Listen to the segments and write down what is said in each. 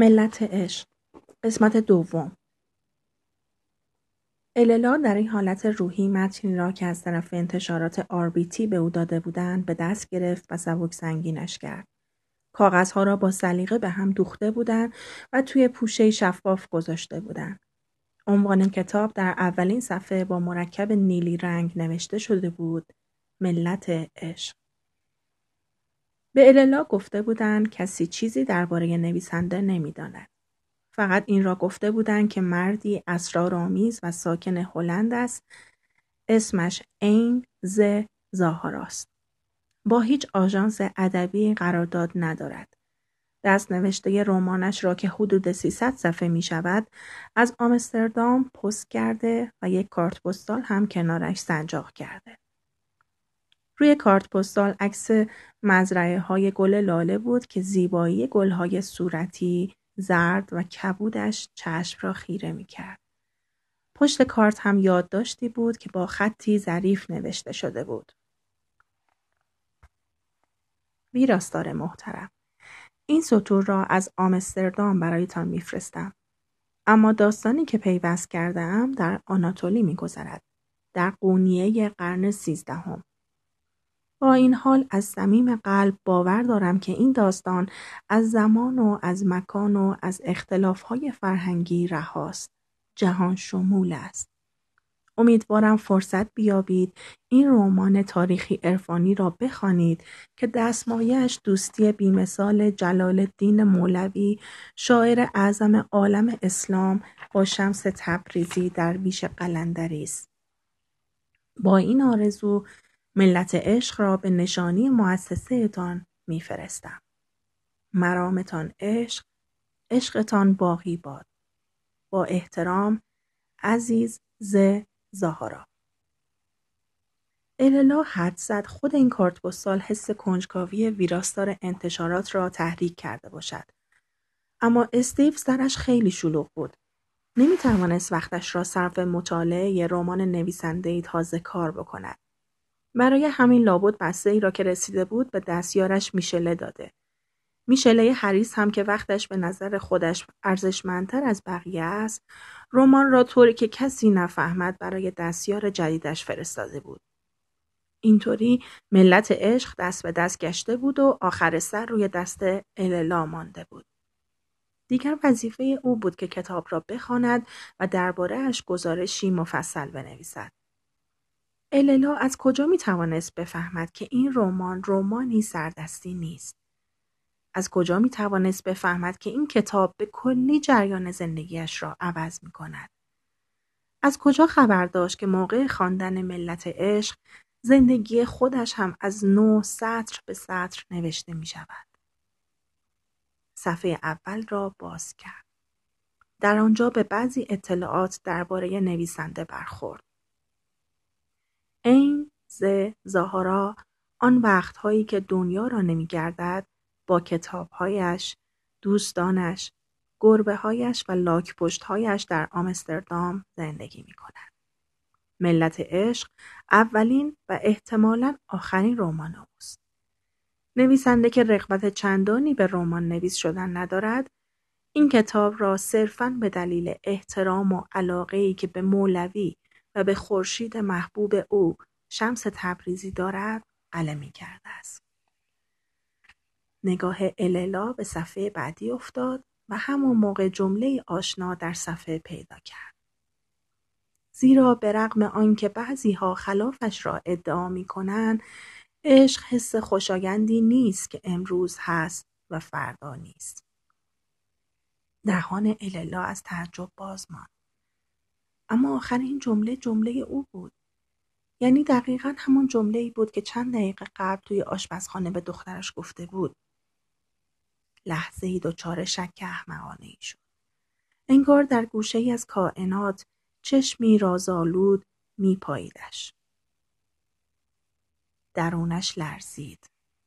ملت عشق قسمت دوم. اللا در این حالت روحی متنی را که از طرف انتشارات RBT به او داده بودند به دست گرفت و سبک سنگینش کرد. کاغذها را با سلیقه به هم دوخته بودند و توی پوشه شفاف گذاشته بودند. عنوان کتاب در اولین صفحه با مرکب نیلی رنگ نوشته شده بود: ملت عشق. به اللا گفته بودند کسی چیزی درباره نویسنده نمی‌داند. فقط این را گفته بودند که مردی اسرارآمیز و ساکن هلند است. اسمش این ز زاهاراست. با هیچ آژانس ادبی قرارداد ندارد. دست نوشته رمانش را که حدود 300 صفحه می شود از آمستردام پست کرده و یک کارت پستال هم کنارش سنجاق کرده. روی کارت پستال عکس مزرعه های گل لاله بود که زیبایی گل های صورتی زرد و کبودش چشم را خیره می کرد. پشت کارت هم یادداشتی بود که با خطی ظریف نوشته شده بود: ویراستار محترم، این سطور را از آمستردام برایتان میفرستم. اما داستانی که پیوست کرده‌ام در آناتولی می‌گذرد، در قونیه قرن 13. با این حال از صمیم قلب باور دارم که این داستان از زمان و از مکان و از اختلاف‌های فرهنگی رهاست. جهان شمول است. امیدوارم فرصت بیابید این رمان تاریخی عرفانی را بخوانید که دستمایه‌اش دوستی بی‌مثال جلال الدین مولوی، شاعر اعظم عالم اسلام، با شمس تبریزی درویش قلندری است. با این آرزو ملت عشق را به نشانی مؤسسه تان می‌فرستم. مرامتان عشق، عشقتان باقی باد. با احترام، عزیز ز زاهارا. اللا حد زد خود این کارت پستال حس کنجکاوی ویراستار انتشارات را تحریک کرده باشد. اما استیو سرش خیلی شلوغ بود. نمی‌توانست وقتش را صرف مطالعه ی رمان نویسنده‌ای تازه کار بکند. برای همین لابد بسته‌ای را که رسیده بود به دستیارش میشله داده. میشله حریص هم که وقتش به نظر خودش ارزشمندتر از بقیه است، رمان را طوری که کسی نفهمد برای دستیار جدیدش فرستاده بود. اینطوری ملت عشق دست به دست گشته بود و آخر سر روی دست اللا مانده بود. دیگر وظیفه او بود که کتاب را بخواند و درباره اش گزارشی مفصل بنویسد. اللا از کجا می توانست بفهمد که این رمان رمانی سردستی نیست؟ از کجا می توانست بفهمد که این کتاب به کلی جریان زندگیش را عوض می کند؟ از کجا خبر داشت که موقع خواندن ملت عشق زندگی خودش هم از نو سطر به سطر نوشته می شود؟ صفحه اول را باز کرد. در آنجا به بعضی اطلاعات درباره نویسنده برخورد. این ز زاهارا آن وقتهایی که دنیا را نمی گردد با کتابهایش، دوستانش، گربه‌هایش و لاک‌پشت‌هایش در آمستردام زندگی می کند. ملت عشق اولین و احتمالاً آخرین رمان اوست. نویسنده که رغبت چندانی به رمان نویس شدن ندارد، این کتاب را صرفاً به دلیل احترام و علاقه‌ای که به مولوی و به خورشید محبوب او شمس تبریزی دارد قلمی کرده است. نگاه اللا به صفحه بعدی افتاد و همون موقع جمله آشنا در صفحه پیدا کرد. زیرا به رغم آنکه بعضی‌ها خلافش را ادعا می‌کنند، عشق حس خوشایندی نیست که امروز هست و فردا نیست. دهان اللا از تعجب باز ماند. اما آخرین جمله او بود. یعنی دقیقاً همون جمله‌ای بود که چند دقیقه قبل توی آشپزخانه به دخترش گفته بود. لحظه‌ای دچار شک احمقانه‌ای شد. انگار در گوشه‌ای از کائنات چشمی رازآلود می‌پاییدش. درونش لرزید.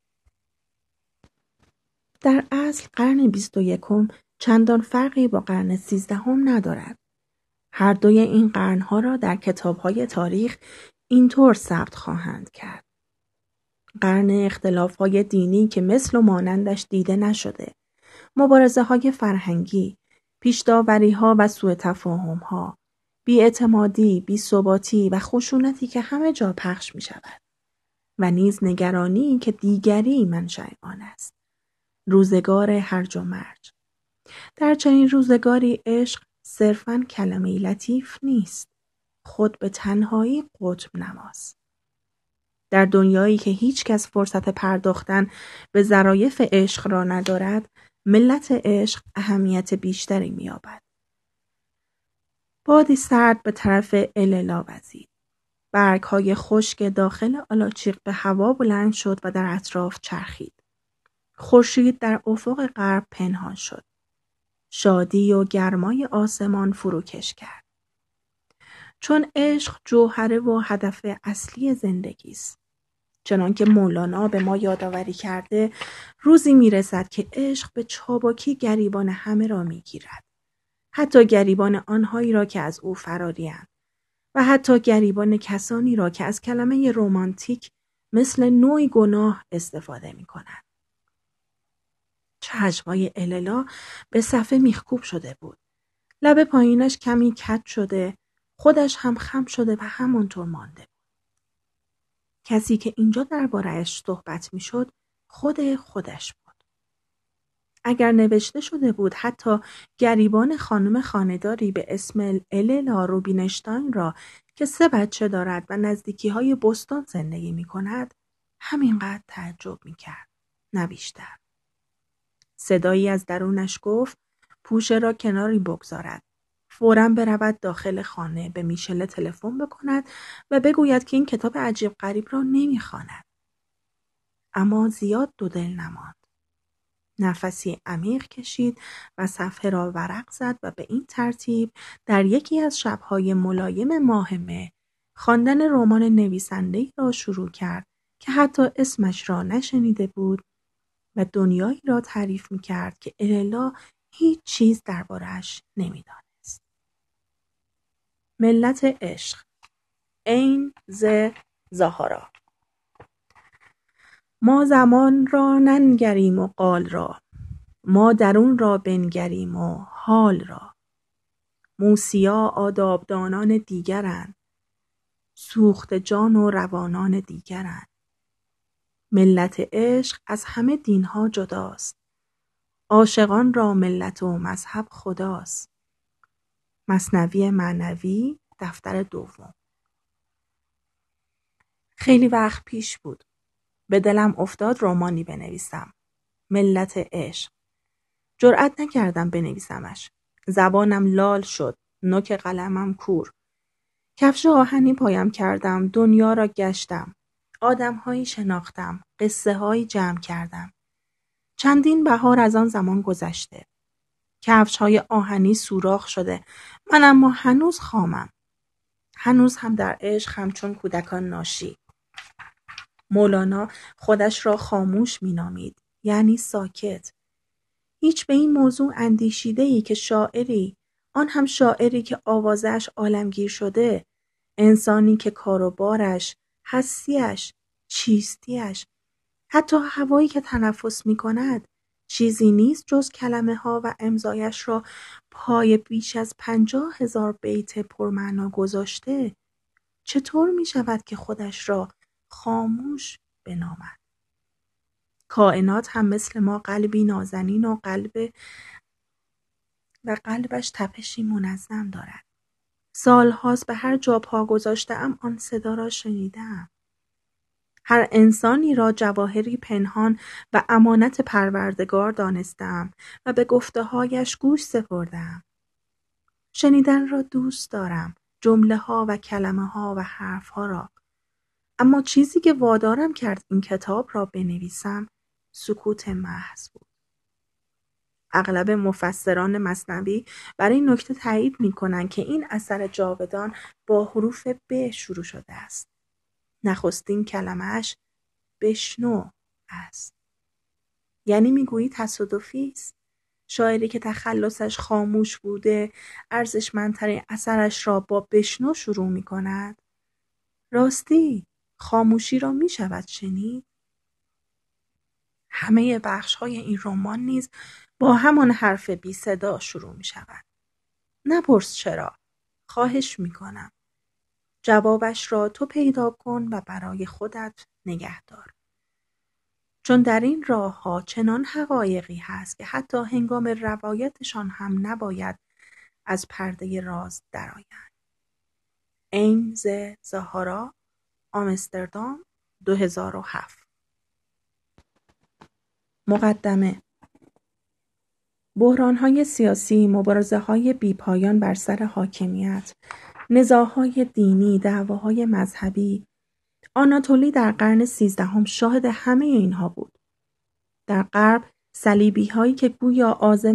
در اصل قرن 21 چندان فرقی با قرن 13 ندارد. هر دوی این قرنها را در کتاب‌های تاریخ اینطور ثبت خواهند کرد. قرن اختلاف‌های دینی که مثل و مانندش دیده نشده. مبارزه‌های فرهنگی، پیش‌داوری‌ها و سوء تفاهم‌ها، بی‌اعتمادی، بی‌ثباتی و خشونتی که همه جا پخش می‌شود و نیز نگرانی که دیگری منشأ آن است. روزگار هرج و مرج. در چنین روزگاری عشق صرفاً کلمه‌ای لطیف نیست. خود به تنهایی قطب نماست. در دنیایی که هیچ کس فرصت پرداختن به ظرایف عشق را ندارد، ملت عشق اهمیت بیشتری می‌یابد. بادی سرد به طرف اللا وزید. برگ‌های خشک داخل آلاچیق به هوا بلند شد و در اطراف چرخید. خورشید در افق غرب پنهان شد. شادی و گرمای آسمان فروکش کرد. چون عشق جوهره و هدف اصلی زندگی است. چنانکه مولانا به ما یادآوری کرده، روزی میرسد که عشق به چابکی گریبان همه را میگیرد. حتی گریبان آنهایی را که از او فراری‌اند و حتی گریبان کسانی را که از کلمه رمانتیک مثل نوعی گناه استفاده می‌کنند. چشم‌های اللا به صفحه میخکوب شده بود. لب پایینش کمی کج شده، خودش هم خم شده و همانطور مانده بود. کسی که اینجا درباره‌اش صحبت میشد خودش بود. اگر نوشته شده بود حتی گریبان خانم خانه‌داری به اسم اللا روبینشتاین را که 3 بچه دارد و نزدیکی‌های بوستون زندگی می‌کند، همینقدر تعجب می‌کرد، نه بیشتر. صدایی از درونش گفت پوشه را کناری بگذارد. فوراً برود داخل خانه، به میشله تلفن بکند و بگوید که این کتاب عجیب غریب را نمیخواند. اما زیاد دودل نماند. نفسی عمیق کشید و صفحه را ورق زد و به این ترتیب در یکی از شب‌های ملایم ماه مه خواندن رمان نویسنده‌ای را شروع کرد که حتی اسمش را نشنیده بود و دنیایی را تعریف می‌کرد که اللا هیچ چیز درباره‌اش نمی‌دانست. ملت عشق. عین ز زهارا. ما زمان را ننگریم و قال را، ما درون را بنگریم و حال را. موسیا آدابدانان دیگرند، سوخت جان و روانان دیگرند. ملت عشق از همه دینها جداست. عاشقان را ملت و مذهب خداست. مثنوی معنوی دفتر 2. خیلی وقت پیش بود. به دلم افتاد رمانی بنویسم. ملت عشق. جرأت نکردم بنویسمش. زبانم لال شد. نوک قلمم کور. کفش آهنی پایم کردم. دنیا را گشتم. آدم‌هایی شناختم. قصه‌هایی جمع کردم. چندین بهار از آن زمان گذشته. کفش‌های آهنی سوراخ شده. من اما هنوز خامم. هنوز هم در عشق همچون کودکان ناشی. مولانا خودش را خاموش می‌نامید، یعنی ساکت. هیچ به این موضوع اندیشیده‌ای که شاعری، آن هم شاعری که آوازش عالمگیر شده، انسانی که کار و بارش، هستی‌اش، چیستی‌اش، حتی هوایی که تنفس می‌کند، چیزی نیست جز کلمه‌ها و امضایش را پای بیش از 50,000 بیت پرمعنا گذاشته، چطور می‌شود که خودش را خاموش بنامد؟ کائنات هم مثل ما قلبی نازنین و قلبش تپشی منظم دارد. سالهاست به هر جا پا گذاشته‌ام آن صدا را شنیدم. هر انسانی را جواهری پنهان و امانت پروردگار دانستم و به گفته‌هایش گوش سپردم. شنیدن را دوست دارم، جمله‌ها و کلمه‌ها و حرف‌ها را. اما چیزی که وادارم کرد این کتاب را بنویسم سکوت محض بود. اغلب مفسران مثنوی برای این نکته تایید می‌کنند که این اثر جاودان با حروف ب شروع شده است. نخستین کلمه‌اش بشنو است. یعنی میگویی تصادفی است. شاعری که تخلصش خاموش بوده، ارزشمندترین اثرش را با بشنو شروع می‌کند. راستی خاموشی را می‌شود شنید؟ همه بخش‌های این رمان نیز با همان حرف بی صدا شروع می شود. نپرس چرا. خواهش می کنم. جوابش را تو پیدا کن و برای خودت نگه دار. چون در این راه ها چنان حقایقی هست که حتی هنگام روایتشان هم نباید از پرده راز درآیند. این ز زهارا، آمستردام، 2007. مقدمه. بحران‌های سیاسی، مبارزه‌های بی‌پایان بر سر حاکمیت، نزاع‌های دینی، دعواهای مذهبی. آناتولی در قرن 13 شاهد همه اینها بود. در غرب صلیبی‌هایی که گویا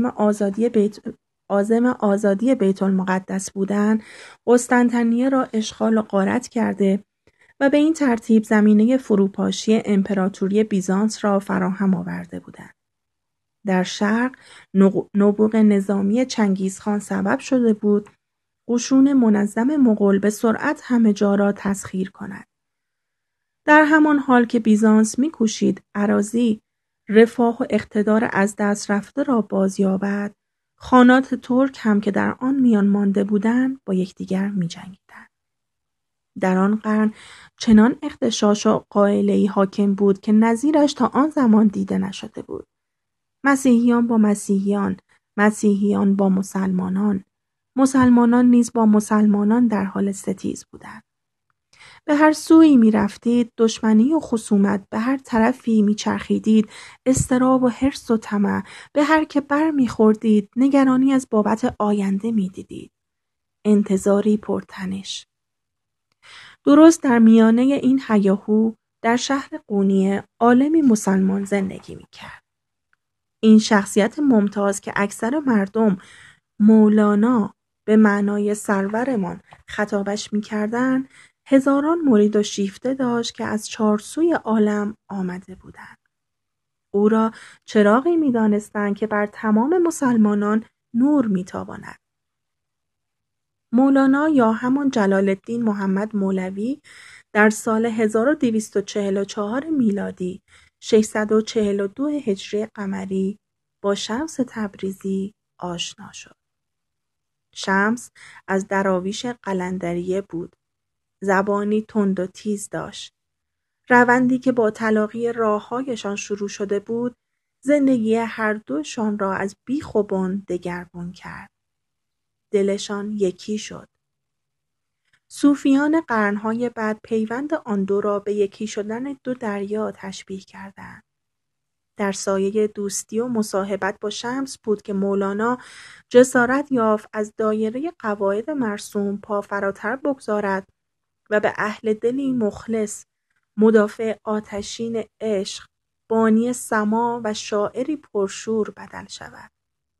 عازم آزادی بیت المقدس بودند، قسطنطنیه را اشغال و غارت کرده و به این ترتیب زمینه فروپاشی امپراتوری بیزانس را فراهم آورده بودند. در شرق نبوغ نظامی چنگیزخان سبب شده بود قشون منظم مغول به سرعت همه جا را تسخیر کند. در همان حال که بیزانس می‌کوشید اراضی، رفاه و اقتدار از دست رفته را بازیابد، خانات ترک هم که در آن میان مانده بودند با یکدیگر می‌جنگیدند. در آن قرن چنان اغتشاش و غایله‌ای حاکم بود که نظیرش تا آن زمان دیده نشده بود. مسیحیان با مسیحیان، مسیحیان با مسلمانان، مسلمانان نیز با مسلمانان در حال ستیز بودند. به هر سویی می رفتید، دشمنی و خصومت، به هر طرفی می چرخیدید، اضطراب و حرص و طمع، به هر که بر می خوردید، نگرانی از بابت آینده می دیدید. انتظاری پرتنش. درست در میانه این هیاهو در شهر قونیه عالمی مسلمان زندگی می کرد. این شخصیت ممتاز که اکثر مردم مولانا به معنای سرورمان خطابش می کردن، هزاران مرید و شیفته داشت که از چارسوی عالم آمده بودند. او را چراغی می دانستند که بر تمام مسلمانان نور می تاباند. مولانا یا همان جلال الدین محمد مولوی در سال 1244 میلادی 642 هجری قمری با شمس تبریزی آشنا شد. شمس از دراویش قلندریه بود. زبانی تند و تیز داشت. روندی که با تلاقی راه‌هایشان شروع شده بود، زندگی هر دوشان را از بیخ و بن دگرگون کرد. دلشان یکی شد. صوفیان قرن‌های بعد پیوند آن دو را به یکی شدن دو دریا تشبیه کردند. در سایه دوستی و مصاحبت با شمس بود که مولانا جسارت یافت از دایره قواعد مرسوم پا فراتر بگذارد و به اهل دلی مخلص، مدافع آتشین عشق، بانی سما و شاعری پرشور بدل شود.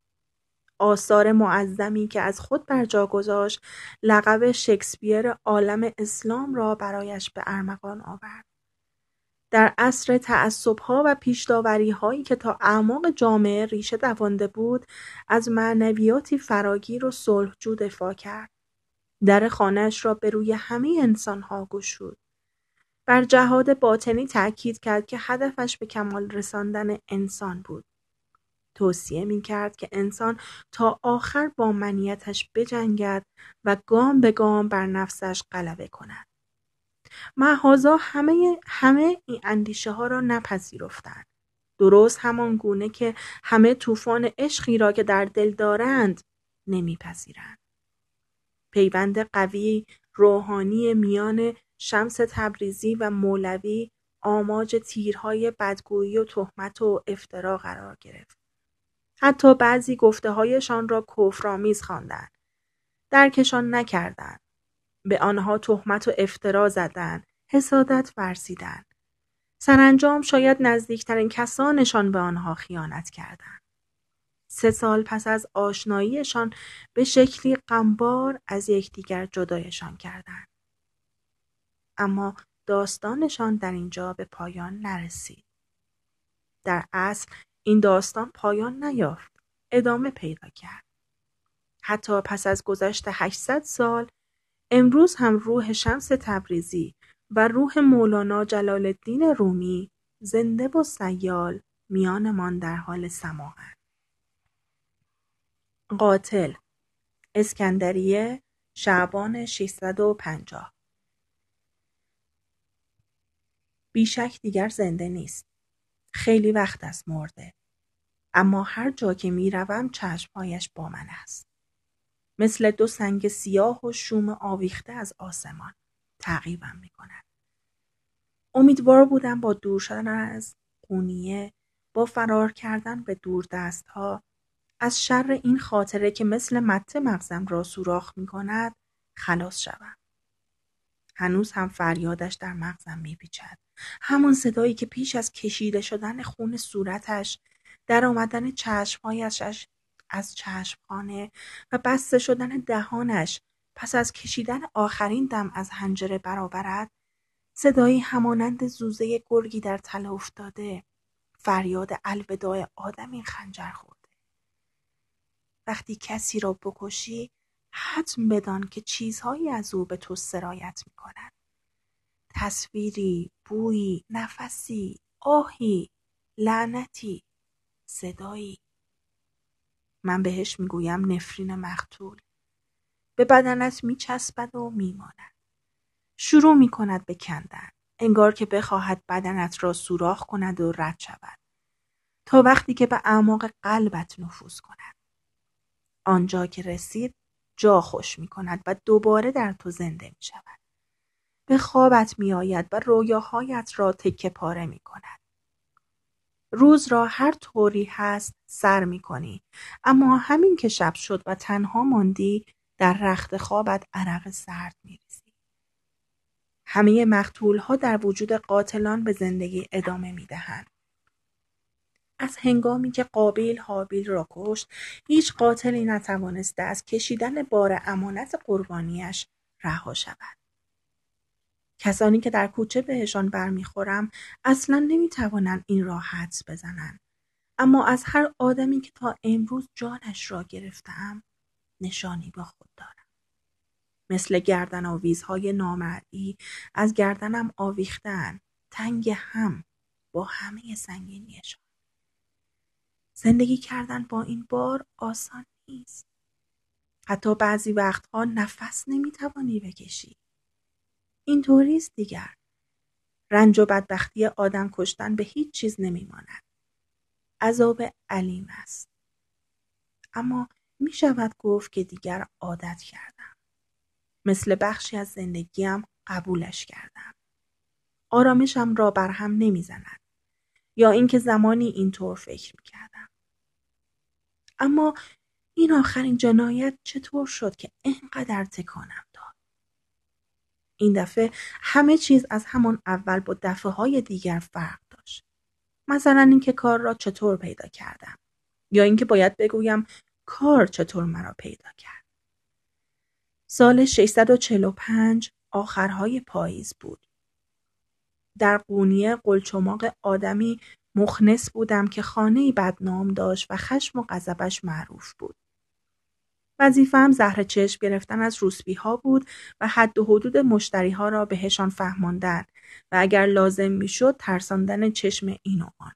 آثار معظمی که از خود بر جا گذاشت، لقب شکسپیر عالم اسلام را برایش به ارمغان آورد. در عصر تعصب‌ها و پیش‌داوری‌هایی که تا اعماق جامعه ریشه دوانده بود، از معنویاتی فراگیر و صلحجو دفاع کرد. در خانه‌اش را به روی همه انسان‌ها گشود. بر جهاد باطنی تأکید کرد که هدفش به کمال رساندن انسان بود. توصیه می‌کرد که انسان تا آخر با منیتش بجنگد و گام به گام بر نفسش غلبه کند. محاذا همه این اندیشه ها را نپذیرفتند. درست همان گونه که همه طوفان عشقی را که در دل دارند نمیپذیرند. پیوند قوی روحانی میان شمس تبریزی و مولوی آماج تیرهای بدگویی و تهمت و افترا قرار گرفت. حتی بعضی گفته‌هایشان را کفرآمیز خواندند. درکشان نکردند. به آنها تهمت و افترا زدند، حسادت ورزیدند. سرانجام شاید نزدیکترین کسانشان به آنها خیانت کردند. 3 سال پس از آشناییشان به شکلی غمبار از یکدیگر جدایشان کردند. اما داستانشان در اینجا به پایان نرسید. در اصل این داستان پایان نیافت، ادامه پیدا کرد. حتی پس از گذشت 800 سال، امروز هم روح شمس تبریزی و روح مولانا جلال الدین رومی زنده و سیال میانمان در حال سماعند. قاتل اسکندریه شعبان 650 بیشک دیگر زنده نیست. خیلی وقت است مرده. اما هر جا که می روم چشمهایش با من است. مثل دو سنگ سیاه و شوم آویخته از آسمان تعقیبم می کند. امیدوار بودم با دور شدن از قونیه، با فرار کردن به دور دست ها، از شر این خاطره که مثل مته مغزم را سوراخ می کند خلاص شوم. هنوز هم فریادش در مغزم می پیچد. همون صدایی که پیش از کشیده شدن خون صورتش، در آمدن چشمهایش از چشمخانه و بسته شدن دهانش پس از کشیدن آخرین دم از حنجره برآورد، صدایی همانند زوزه گرگی در تله افتاده، فریاد الوداع آدمی خنجر خورده. وقتی کسی را بکشی، حتم بدان که چیزهایی از او به تو سرایت می کند. تصویری، بویی، نفسی، آهی، لعنتی، صدایی. من بهش میگویم نفرین مقتول. به بدنت میچسبد و میماند. شروع میکند به کندن. انگار که بخواهد بدنت را سوراخ کند و رد شود. تا وقتی که به اعماق قلبت نفوذ کند. آنجا که رسید جا خوش میکند و دوباره در تو زنده میشود. به خوابت میآید و رویاهایت را تکه پاره میکند. روز را هر طوری هست سر میکنی، اما همین که شب شد و تنها ماندی در رخت خوابت عرق سرد میریزی. همه مقتولها در وجود قاتلان به زندگی ادامه میدهند. از هنگامی که قابیل هابیل را کشت، هیچ قاتلی نتوانسته از کشیدن بار امانت قربانیش رها شود. کسانی که در کوچه بهشان برمیخورم اصلا نمیتوانند این را حدس بزنند. اما از هر آدمی که تا امروز جانش را گرفتم نشانی با خود دارم. مثل گردن آویزهای نامرئی از گردنم آویختن، تنگ هم با همه سنگینیشان. زندگی کردن با این بار آسان نیست. حتی بعضی وقتها نفس نمیتوانی بکشی. این طوریست دیگر. رنج و بدبختی آدم کشتن به هیچ چیز نمیماند. عذاب علیم است. اما می شود گفت که دیگر عادت کردم. مثل بخشی از زندگیم قبولش کردم. آرامشم را برهم نمی زند. یا اینکه زمانی اینطور فکر می کردم. اما این آخرین جنایت چطور شد که اینقدر تکانم داد؟ این دفعه همه چیز از همان اول با دفعه های دیگر فرق داشت. مثلا اینکه کار را چطور پیدا کردم. یا اینکه باید بگویم کار چطور مرا پیدا کرد. سال 645 آخرهای پاییز بود. در قونیه قلچماق آدمی مخنث بودم که خانه‌ای بدنام داشت و خشم و غضبش معروف بود. وظیفه‌ام زهر چشم گرفتن از روسپی‌ها بود و حد و حدود مشتری‌ها را بهشان فهماندن و اگر لازم می‌شد ترساندن چشم این و آن.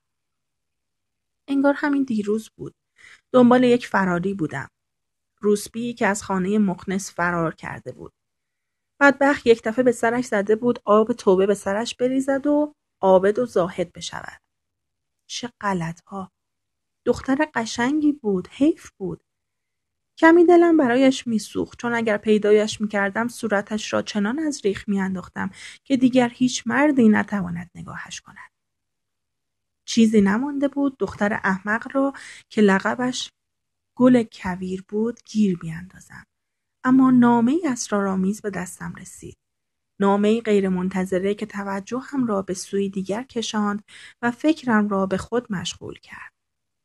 انگار همین دیروز بود. دنبال یک فراری بودم. روسپی که از خانه مخنث فرار کرده بود. بدبخت یک دفعه به سرش زده بود آب توبه به سرش بریزد و عابد و زاهد بشود. چه غلط‌ها. دختر قشنگی بود. حیف بود. کمی دلم برایش میسوخت چون اگر پیدایش میکردم صورتش را چنان از ریخ میانداختم که دیگر هیچ مردی نتواند نگاهش کند. چیزی نمانده بود دختر احمق را که لقبش گل کویر بود گیر بیاندازم. اما نامه‌ای اسرارآمیز به دستم رسید. نامه‌ای غیر منتظره که توجهم را به سوی دیگر کشاند و فکرم را به خود مشغول کرد.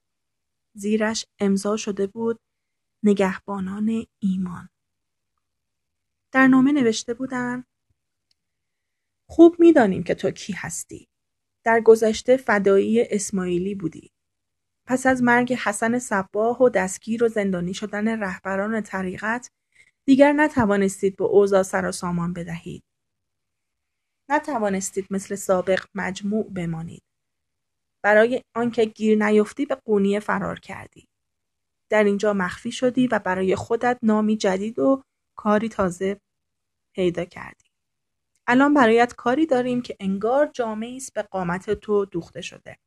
زیرش امضا شده بود نگهبانان ایمان. در نامه نوشته بودند خوب می‌دانیم که تو کی هستی. در گذشته فدایی اسماعیلی بودی. پس از مرگ حسن صباح و دستگیر و زندانی شدن رهبران طریقت دیگر نتوانستید به اوضاع سر و سامان بدهید. نتوانستید مثل سابق مجموع بمانید. برای آنکه گیر نیفتی به قونیه فرار کردی. در اینجا مخفی شدی و برای خودت نامی جدید و کاری تازه پیدا کردی. الان برایت کاری داریم که انگار جامه‌ای است به قامت تو دوخته شده.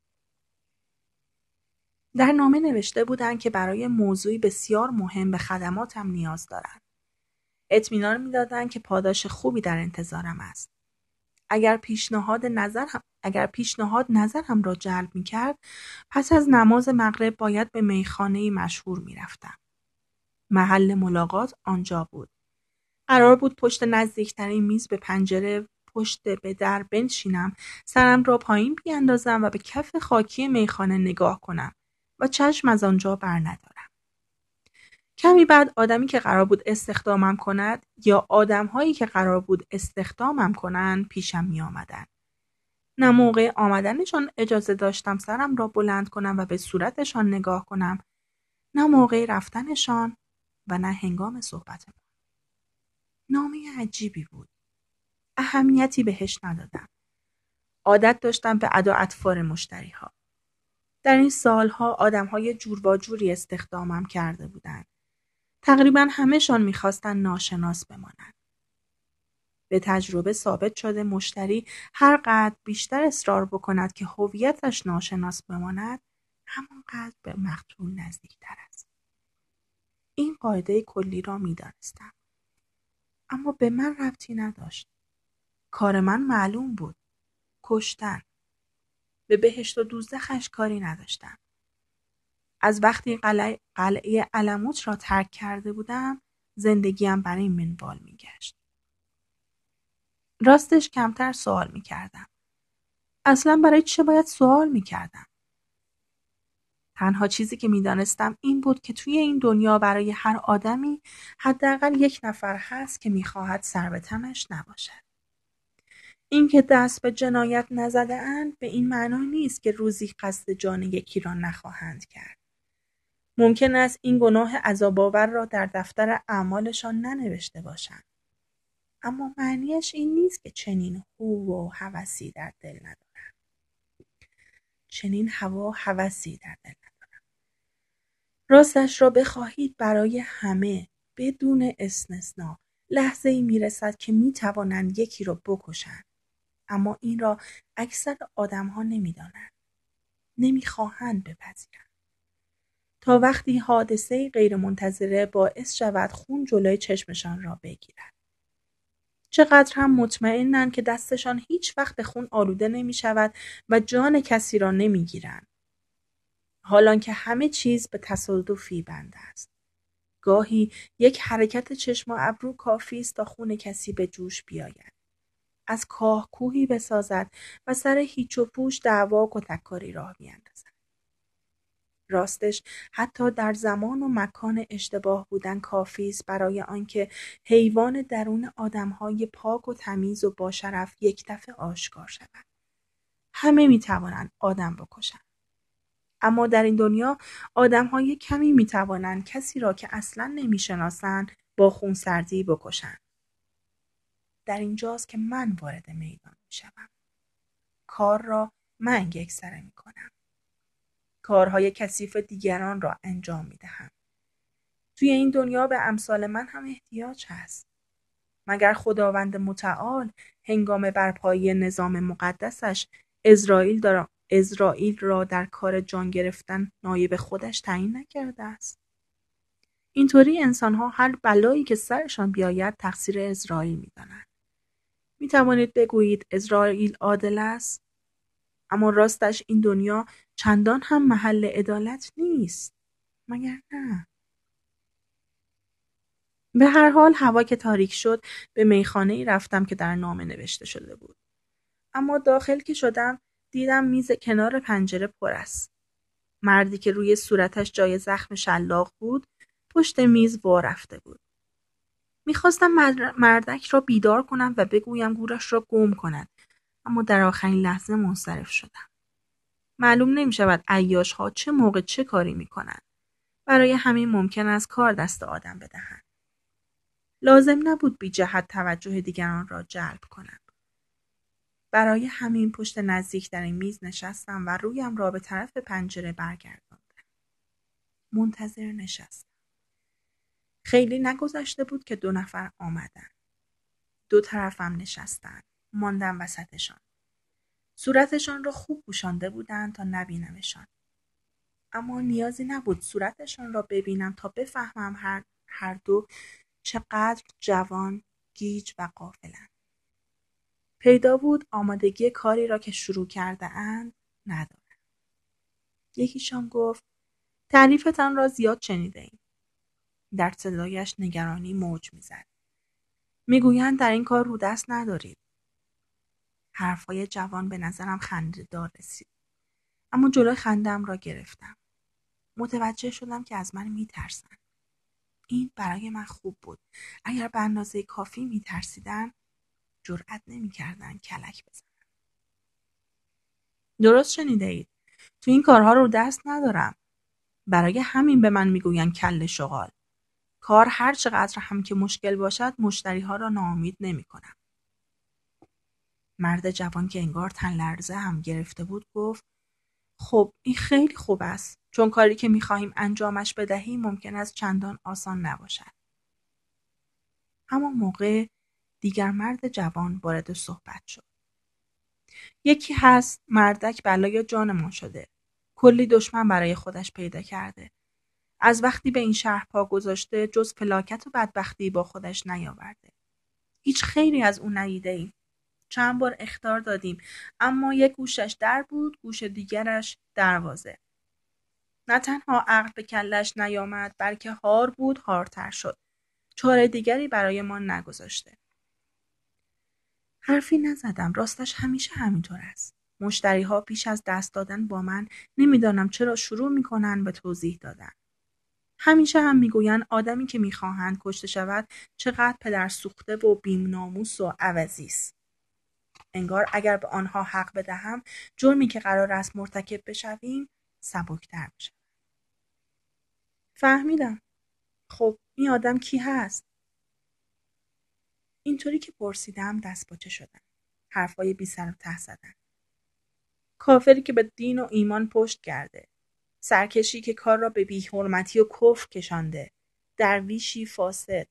در نامه نوشته بودند که برای موضوعی بسیار مهم به خدماتم نیاز دارند. اطمینان می‌دادند که پاداش خوبی در انتظارم است. اگر پیشنهاد نظرم را جلب می‌کرد، پس از نماز مغرب باید به میخانه‌ای مشهور می‌رفتم. محل ملاقات آنجا بود. قرار بود پشت نزدیکترین میز به پنجره پشت به در بنشینم، سرم را پایین بیاندازم و به کف خاکی میخانه نگاه کنم و چشم از آنجا بر ندارم. کمی بعد آدمی که قرار بود استخدامم کند یا آدم‌هایی که قرار بود استخدامم کنند پیشم می آمدن. نه موقع آمدنشان اجازه داشتم سرم را بلند کنم و به صورتشان نگاه کنم، نه موقع رفتنشان و نه هنگام صحبتم. نامه عجیبی بود. اهمیتی بهش ندادم. عادت داشتم به ادا اطفار مشتری‌ها. در این سالها آدم‌های جور و جوری استخدامم کرده بودند. تقریباً همه‌شان می‌خواستند ناشناس بمانند. به تجربه ثابت شده مشتری هر قدر بیشتر اصرار بکند که هویتش ناشناس بماند، همانقدر به مقتول نزدیکتر است. این قاعده کلی را می‌دانستم. اما به من ربطی نداشت. کار من معلوم بود. کشتن. به بهشت و دوزخش کاری نداشتم. از وقتی قلعه علموت را ترک کرده بودم، زندگیم بر این منوال می‌گشت. راستش کمتر سوال می‌کردم. اصلاً برای چه باید سوال می‌کردم؟ تنها چیزی که می‌دانستم این بود که توی این دنیا برای هر آدمی حداقل یک نفر هست که می‌خواهد سر به تنش نباشد. این که دست به جنایت نزده‌اند به این معنا نیست که روزی قصد جان یکی را نخواهند کرد. ممکن است این گناه عذاب‌آور را در دفتر اعمالشان ننوشته باشند. اما معنیش این نیست که چنین هو و هوسی در دل ندارند. چنین هوا و هوسی در دل ندارند. راستش را بخواهید برای همه بدون استثنا لحظه‌ای میرسد که میتوانند یکی را بکشند. اما این را اکثر آدم‌ها نمی‌دانند. نمی‌خواهند بپذیرند. تا وقتی حادثه غیرمنتظره باعث شود خون جلوی چشمشان را بگیرد. چقدر هم مطمئنند که دستشان هیچ وقت به خون آلوده نمی شود و جان کسی را نمی گیرند. حالان که همه چیز به تصادفی بنده است. گاهی یک حرکت چشم و ابرو کافی است تا خون کسی به جوش بیاید. از کاه کوهی بسازد و سر هیچ و پوچ دعوا و کتککاری راه بیاندازد. راستش حتی در زمان و مکان اشتباه بودن کافی است برای آنکه حیوان درون آدم‌های پاک و تمیز و با شرف یک دفعه آشکار شود. همه می‌توانند آدم بکشند. اما در این دنیا آدم‌های کمی می‌توانند کسی را که اصلاً نمی‌شناسند با خونسردی بکشند. در اینجاست که من وارد میدان می‌شوم. کار را من یکسره می‌کنم. کارهای کثیف دیگران را انجام می‌دهم. توی این دنیا به امثال من هم احتیاج هست. مگر خداوند متعال هنگام برپایی نظام مقدسش اسرائیل را در کار جان گرفتن نایب خودش تعیین نکرده است؟ اینطوری انسان‌ها هر بلایی که سرشان بیاید تقصیر اسرائیل می‌دانند. می‌توانید بگویید اسرائیل عادل است؟ اما راستش این دنیا چندان هم محل عدالت نیست. مگر نه؟ به هر حال هوا که تاریک شد به میخانه‌ای رفتم که در نامه نوشته شده بود. اما داخل که شدم دیدم میز کنار پنجره پر است. مردی که روی صورتش جای زخم شلاق بود پشت میز وا رفته بود. میخواستم مردک را بیدار کنم و بگویم گورش را گم کند، اما در آخرین لحظه منصرف شدم. معلوم نمی شود عیاش‌ها چه موقع چه کاری میکنند. برای همین ممکن است کار دست آدم بدهند. لازم نبود بی جهت توجه دیگران را جلب کنم. برای همین پشت نزدیک در این میز نشستم و رویم را به طرف پنجره برگرداندم. منتظر نشستم. خیلی نگذشته بود که 2 نفر آمدن. 2 طرفم نشستن. ماندم وسطشان. صورتشان را خوب پوشانده بودند تا نبینمشان. اما نیازی نبود صورتشان را ببینم تا بفهمم هر دو چقدر جوان، گیج و غافلند. پیدا بود آمادگی کاری را که شروع کرده اند ندارند. یکیشان گفت تعریفتان را زیاد شنیده ایم. در صدایش نگرانی موج میزد. میگویند در این کار رو دست ندارید. حرفای جوان به نظرم خنده‌دار رسید. اما جلوی خنده‌ام را گرفتم. متوجه شدم که از من میترسن. این برای من خوب بود. اگر به اندازه کافی میترسیدن جرأت نمیکردن کلک بزنن. درست شنیده اید. تو این کارها رو دست ندارم. برای همین به من میگوین کله شغال. کار هر چقدر هم که مشکل باشد مشتری ها را ناامید نمی کنم. مرد جوان که انگار تن لرزه هم گرفته بود گفت خب این خیلی خوب است چون کاری که میخواهیم انجامش بدهیم ممکن است چندان آسان نباشد. همان موقع دیگر مرد جوان وارد صحبت شد. یکی هست مردک بلای جانمان شده. کلی دشمن برای خودش پیدا کرده. از وقتی به این شهر پا گذاشته جز فلاکت و بدبختی با خودش نیاورده. هیچ خیری از اون ندیده ایم. چند بار اخطار دادیم اما یک گوشش در بود گوش دیگرش دروازه. نه تنها عقل به کلش نیامد بلکه هار بود هارتر شد. چاره دیگری برای ما نگذاشته. حرفی نزدم. راستش همیشه همینطور است. مشتری ها پیش از دست دادن با من نمیدانم چرا شروع میکنن به توضیح دادن. همیشه هم میگویند آدمی که میخواهند کشته شود چقدر پدر سوخته و بی‌ناموس و عوضی است. انگار اگر به آنها حق بدهم جرمی که قرار است مرتکب بشویم سبکتر بشود. فهمیدم. خب این آدم کی هست؟ اینطوری که پرسیدم دست باچه شدن. حرفای بی سر و ته زدن. کافری که به دین و ایمان پشت کرده. سرکشی که کار را به بی‌حرمتی و کفر کشانده. درویشی فاسد.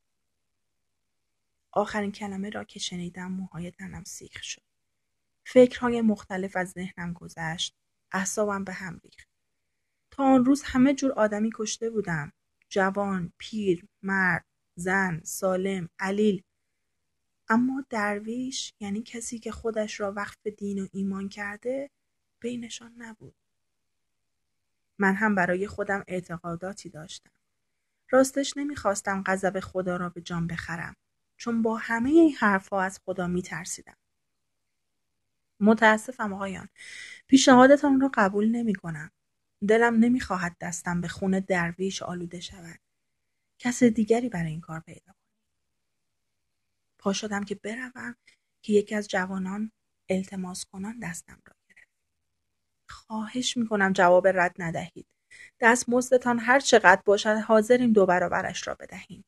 آخرین کلمه را که شنیدم موهای تنم سیخ شد. فکرهای مختلف از ذهنم گذشت. اعصابم به هم ریخت. تا آن روز همه جور آدمی کشته بودم. جوان، پیر، مرد، زن، سالم، علیل. اما درویش یعنی کسی که خودش را وقف دین و ایمان کرده بینشان نبود. من هم برای خودم اعتقاداتی داشتم. راستش نمیخواستم غضب خدا را به جان بخرم. چون با همه این حرفا از خدا میترسیدم. متاسفم آقایان. پیشنهادتان را قبول نمی کنم. دلم نمیخواهد دستم به خون درویش آلوده شود. کس دیگری برای این کار پیدا کنم. پا شدم که بروم که یکی از جوانان التماس کنان دستم را گرفت. خواهش میکنم جواب رد ندهید. دستمزدتان هر چقدر باشد حاضریم 2 برابرش را بدهیم.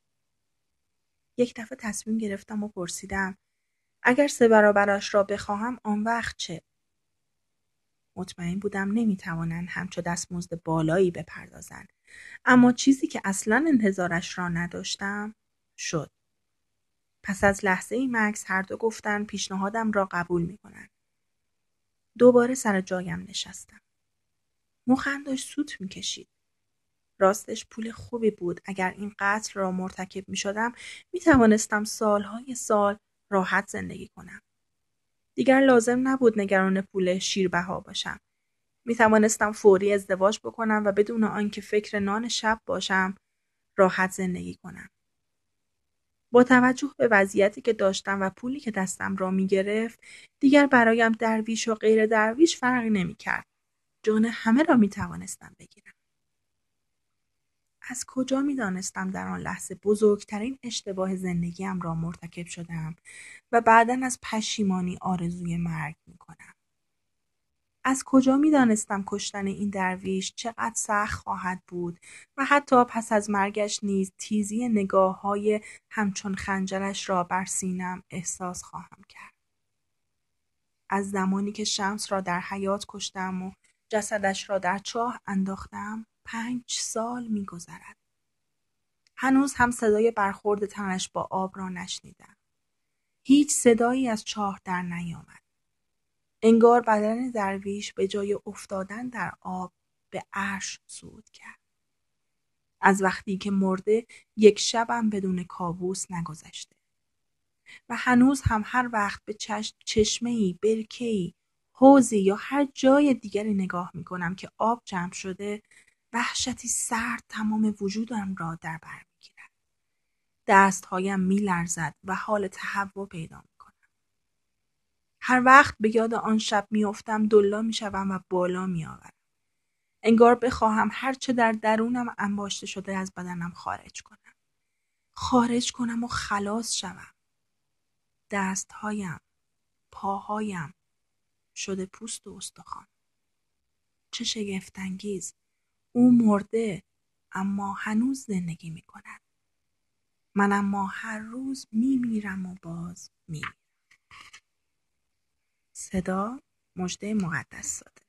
یک دفعه تصمیم گرفتم و پرسیدم اگر 3 برابرش را بخواهم آن وقت چه؟ مطمئن بودم نمیتوانند همچو دستمزد بالایی بپردازند. اما چیزی که اصلاً انتظارش را نداشتم شد. پس از لحظه‌ای مکث هر دو گفتند پیشنهادم را قبول می‌کنند. دوباره سر جایم نشستم. مخم داشت سوت می‌کشید. راستش پول خوبی بود. اگر این قتل را مرتکب می‌شدم می‌توانستم سالهای سال راحت زندگی کنم. دیگر لازم نبود نگران پول شیربها باشم. می‌توانستم فوری ازدواج بکنم و بدون آنکه فکر نان شب باشم راحت زندگی کنم. با توجه به وضعیتی که داشتم و پولی که دستم را می‌گرفت دیگر برایم درویش و غیر درویش فرقی نمی‌کرد. جان همه را می‌توانستم بگیرم. از کجا می‌دانستم در آن لحظه بزرگترین اشتباه زندگیم را مرتکب شدم و بعداً از پشیمانی آرزوی مرگ می‌کنم. از کجا می‌دانستم کشتن این درویش چقدر سخت خواهد بود و حتی پس از مرگش نیز تیزی نگاه‌های همچون خنجرش را بر سینه‌ام احساس خواهم کرد. از زمانی که شمس را در حیاط کشتم و جسدش را در چاه انداختم 5 سال می‌گذرد. هنوز هم صدای برخورد تنش با آب را نشنیدم. هیچ صدایی از چاه در نیامد. انگار بدن درویش به جای افتادن در آب به عرش صعود کرد. از وقتی که مرده یک شبم بدون کابوس نگذشته. و هنوز هم هر وقت به چشمه‌ای، برکه‌ای، حوضی یا هر جای دیگری نگاه می‌کنم که آب جمع شده، وحشتی سرد تمام وجودم را در بر می‌گیرد. دستهایم می‌لرزد و حال تهوع پیدا می‌کنم. هر وقت به یاد آن شب می‌افتم دلا می‌شوم و بالا می‌آورم. انگار بخواهم هر چه در درونم انباشته شده از بدنم خارج کنم. خارج کنم و خلاص شوم. دستهایم، پاهایم شده پوست و استخوان. چه شگفت‌انگیز! او مرده اما هنوز زندگی می‌کند. من اما هر روز می‌میرم و باز می‌میرم. صدا مژده مقدس زاده.